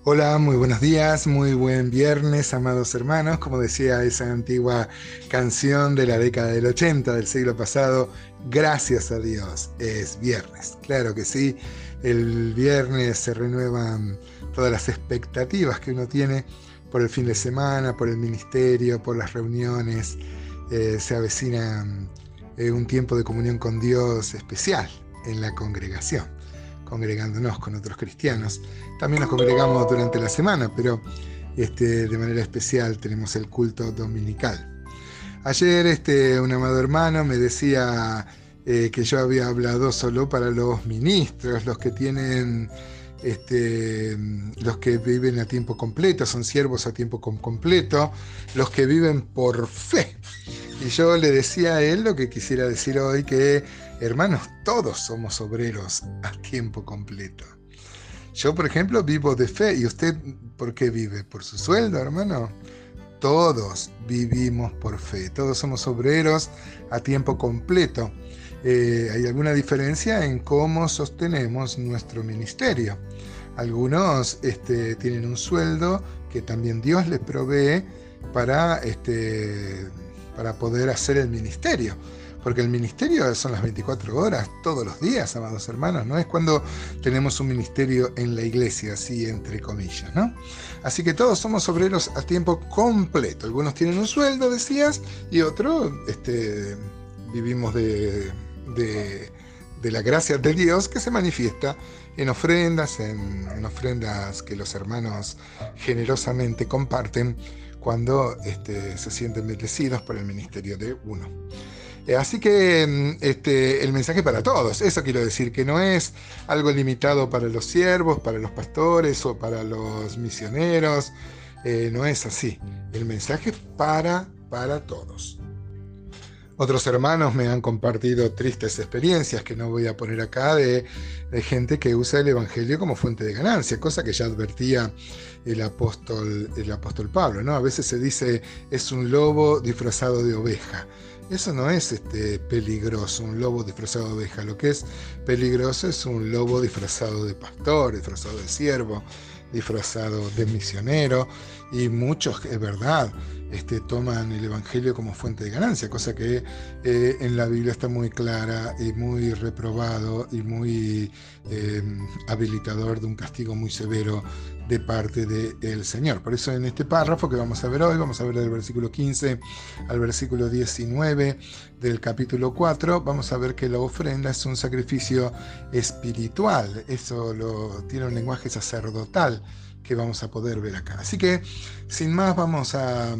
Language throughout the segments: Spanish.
Hola, muy buenos días, muy buen viernes, amados hermanos. Como decía esa antigua canción de la década del 80 del siglo pasado, gracias a Dios, es viernes. Claro que sí, el viernes se renuevan todas las expectativas que uno tiene por el fin de semana, por el ministerio, por las reuniones. Se avecina un tiempo de comunión con Dios especial en la congregación, congregándonos con otros cristianos. También nos congregamos durante la semana, pero de manera especial tenemos el culto dominical. Ayer un amado hermano me decía que yo había hablado solo para los ministros, los que tienen, los que viven a tiempo completo, son siervos a tiempo completo, los que viven por fe. Y yo le decía a él lo que quisiera decir hoy, que hermanos, todos somos obreros a tiempo completo. Yo, por ejemplo, vivo de fe. ¿Y usted por qué vive? ¿Por su sueldo, hermano? Todos vivimos por fe. Todos somos obreros a tiempo completo. Hay alguna diferencia en cómo sostenemos nuestro ministerio. Algunos tienen un sueldo que también Dios les provee para poder hacer el ministerio. Porque el ministerio son las 24 horas, todos los días, amados hermanos. No es cuando tenemos un ministerio en la iglesia, así entre comillas, ¿no? Así que todos somos obreros a tiempo completo. Algunos tienen un sueldo, decías, y otros vivimos de la gracia de Dios que se manifiesta en ofrendas que los hermanos generosamente comparten cuando se sienten bendecidos por el ministerio de uno. Así que el mensaje para todos, eso quiero decir, que no es algo limitado para los siervos, para los pastores o para los misioneros, no es así. El mensaje es para todos. Otros hermanos me han compartido tristes experiencias que no voy a poner acá de gente que usa el evangelio como fuente de ganancia, cosa que ya advertía el apóstol Pablo, ¿no? A veces se dice es un lobo disfrazado de oveja. Eso no es peligroso, un lobo disfrazado de oveja. Lo que es peligroso es un lobo disfrazado de pastor, disfrazado de siervo, disfrazado de misionero. Y muchos, es verdad, toman el evangelio como fuente de ganancia, cosa que en la Biblia está muy clara y muy reprobado y muy habilitador de un castigo muy severo de parte del Señor. Por eso en este párrafo que vamos a ver hoy, vamos a ver del versículo 15 al versículo 19 del capítulo 4, vamos a ver que la ofrenda es un sacrificio espiritual. Eso tiene un lenguaje sacerdotal que vamos a poder ver acá. Así que, sin más, vamos a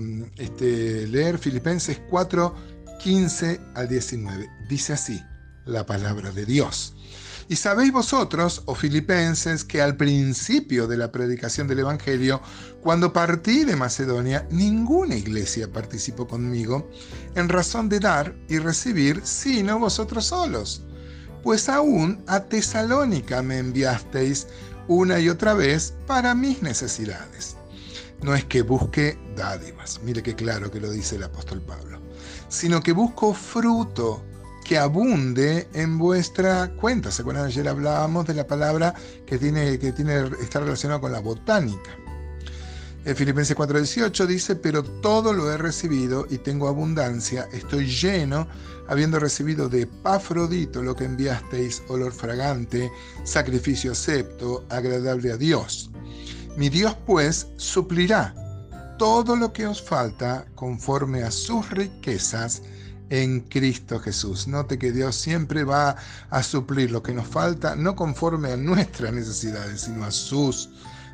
leer Filipenses 4, 15 al 19. Dice así la palabra de Dios. Y sabéis vosotros, oh filipenses, que al principio de la predicación del Evangelio, cuando partí de Macedonia, ninguna iglesia participó conmigo en razón de dar y recibir, sino vosotros solos. Pues aún a Tesalónica me enviasteis una y otra vez para mis necesidades. No es que busque dádivas, mire qué claro que lo dice el apóstol Pablo, sino que busco fruto que abunde en vuestra cuenta. ¿Se acuerdan? Ayer hablábamos de la palabra que está relacionada con la botánica. Filipenses 4:18 dice, pero todo lo he recibido y tengo abundancia, estoy lleno, habiendo recibido de Epafrodito lo que enviasteis, olor fragante, sacrificio acepto, agradable a Dios. Mi Dios pues suplirá todo lo que os falta conforme a sus riquezas en Cristo Jesús. Note que Dios siempre va a suplir lo que nos falta, no conforme a nuestras necesidades, sino a sus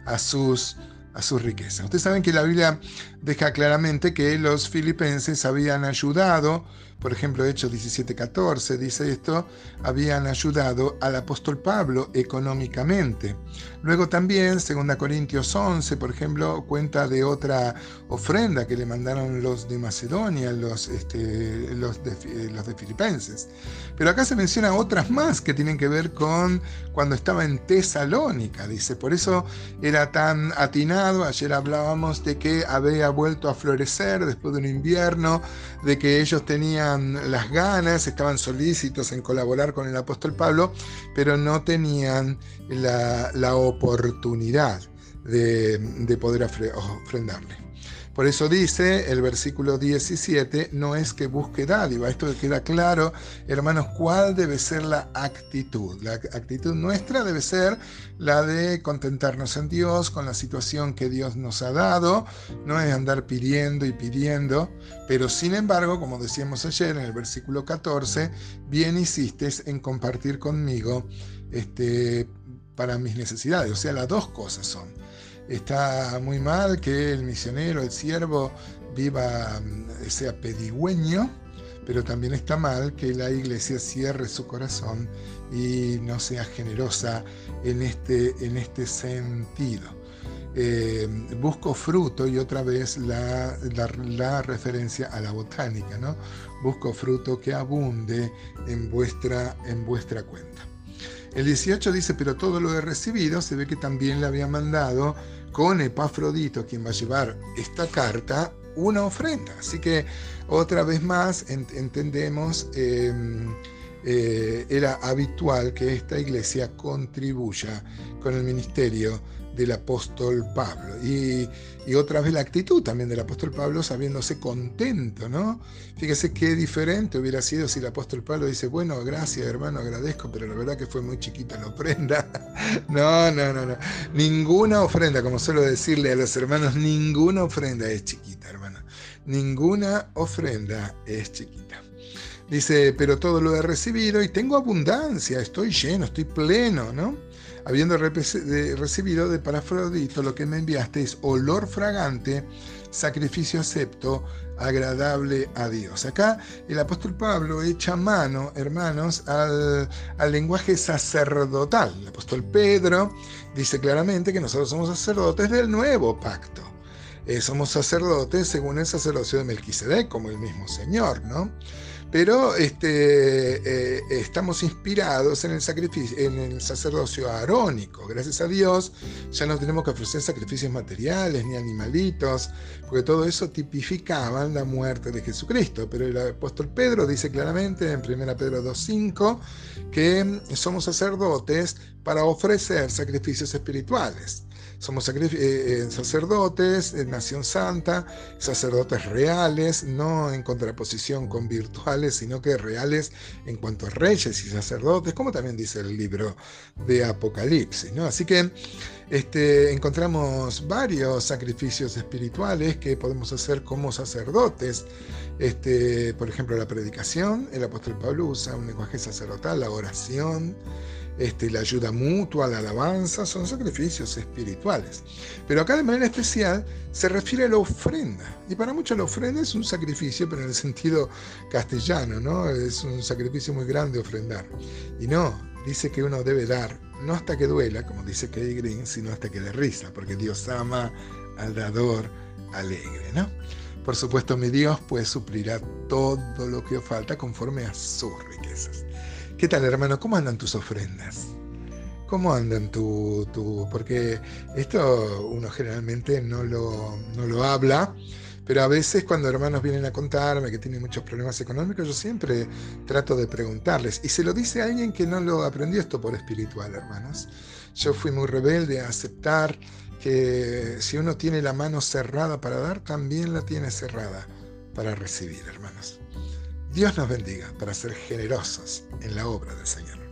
riquezas. Ustedes saben que la Biblia deja claramente que los filipenses habían ayudado, por ejemplo, Hechos 17:14 dice esto, habían ayudado al apóstol Pablo económicamente. Luego también, 2 Corintios 11, por ejemplo, cuenta de otra ofrenda que le mandaron los de Macedonia, los de Filipenses. Pero acá se menciona otras más que tienen que ver con cuando estaba en Tesalónica, dice. Por eso era tan atinado. Ayer hablábamos de que había vuelto a florecer después de un invierno, de que ellos tenían las ganas, estaban solícitos en colaborar con el apóstol Pablo, pero no tenían la oportunidad. de poder ofrendarle. Por eso dice el versículo 17, no es que busque dádiva. Esto queda claro, hermanos, cuál debe ser la actitud. La actitud nuestra debe ser la de contentarnos en Dios con la situación que Dios nos ha dado. No es andar pidiendo y pidiendo, pero sin embargo, como decíamos ayer en el versículo 14, bien hiciste en compartir conmigo para mis necesidades. O sea, las dos cosas son. Está muy mal que el misionero, el siervo, sea pedigüeño, pero también está mal que la iglesia cierre su corazón y no sea generosa en este sentido. Busco fruto, y otra vez la referencia a la botánica, ¿no? Busco fruto que abunde en vuestra cuenta. El 18 dice, pero todo lo he recibido. Se ve que también le había mandado con Epafrodito, quien va a llevar esta carta, una ofrenda. Así que otra vez más entendemos, era habitual que esta iglesia contribuya con el ministerio del apóstol Pablo. Y otra vez la actitud también del apóstol Pablo, sabiéndose contento, ¿no? Fíjese qué diferente hubiera sido si el apóstol Pablo dice, bueno, gracias hermano, agradezco, pero la verdad que fue muy chiquita la ofrenda. No. Ninguna ofrenda, como suelo decirle a los hermanos, ninguna ofrenda es chiquita, hermano. Ninguna ofrenda es chiquita. Dice, pero todo lo he recibido y tengo abundancia, estoy lleno, estoy pleno, ¿no? Habiendo recibido de Epafrodito lo que me enviaste es olor fragante, sacrificio acepto, agradable a Dios. Acá el apóstol Pablo echa mano, hermanos, al lenguaje sacerdotal. El apóstol Pedro dice claramente que nosotros somos sacerdotes del nuevo pacto. Somos sacerdotes según el sacerdocio de Melquisedec, como el mismo Señor, ¿no? Pero estamos inspirados en el sacerdocio arónico. Gracias a Dios ya no tenemos que ofrecer sacrificios materiales ni animalitos, porque todo eso tipificaba la muerte de Jesucristo. Pero el apóstol Pedro dice claramente en 1 Pedro 2:5 que somos sacerdotes para ofrecer sacrificios espirituales. Somos sacerdotes, nación santa, sacerdotes reales, no en contraposición con virtuales, sino que reales en cuanto a reyes y sacerdotes, como también dice el libro de Apocalipsis, ¿no? Así que encontramos varios sacrificios espirituales que podemos hacer como sacerdotes. Por ejemplo, la predicación, el apóstol Pablo usa un lenguaje sacerdotal, la oración, la ayuda mutua, la alabanza, son sacrificios espirituales. Pero acá de manera especial se refiere a la ofrenda. Y para muchos la ofrenda es un sacrificio, pero en el sentido castellano, ¿no? Es un sacrificio muy grande ofrendar. Y no, dice que uno debe dar, no hasta que duela, como dice Kay Green, sino hasta que dé risa, porque Dios ama al dador alegre, ¿no? Por supuesto, mi Dios pues suplirá todo lo que os falta conforme a sus riquezas. ¿Qué tal, hermano? ¿Cómo andan tus ofrendas? ¿Cómo andan porque esto uno generalmente no lo habla, pero a veces cuando hermanos vienen a contarme que tienen muchos problemas económicos, yo siempre trato de preguntarles. Y se lo dice a alguien que no lo aprendió esto por espiritual, hermanos. Yo fui muy rebelde a aceptar que si uno tiene la mano cerrada para dar, también la tiene cerrada para recibir, hermanos. Dios nos bendiga para ser generosos en la obra del Señor.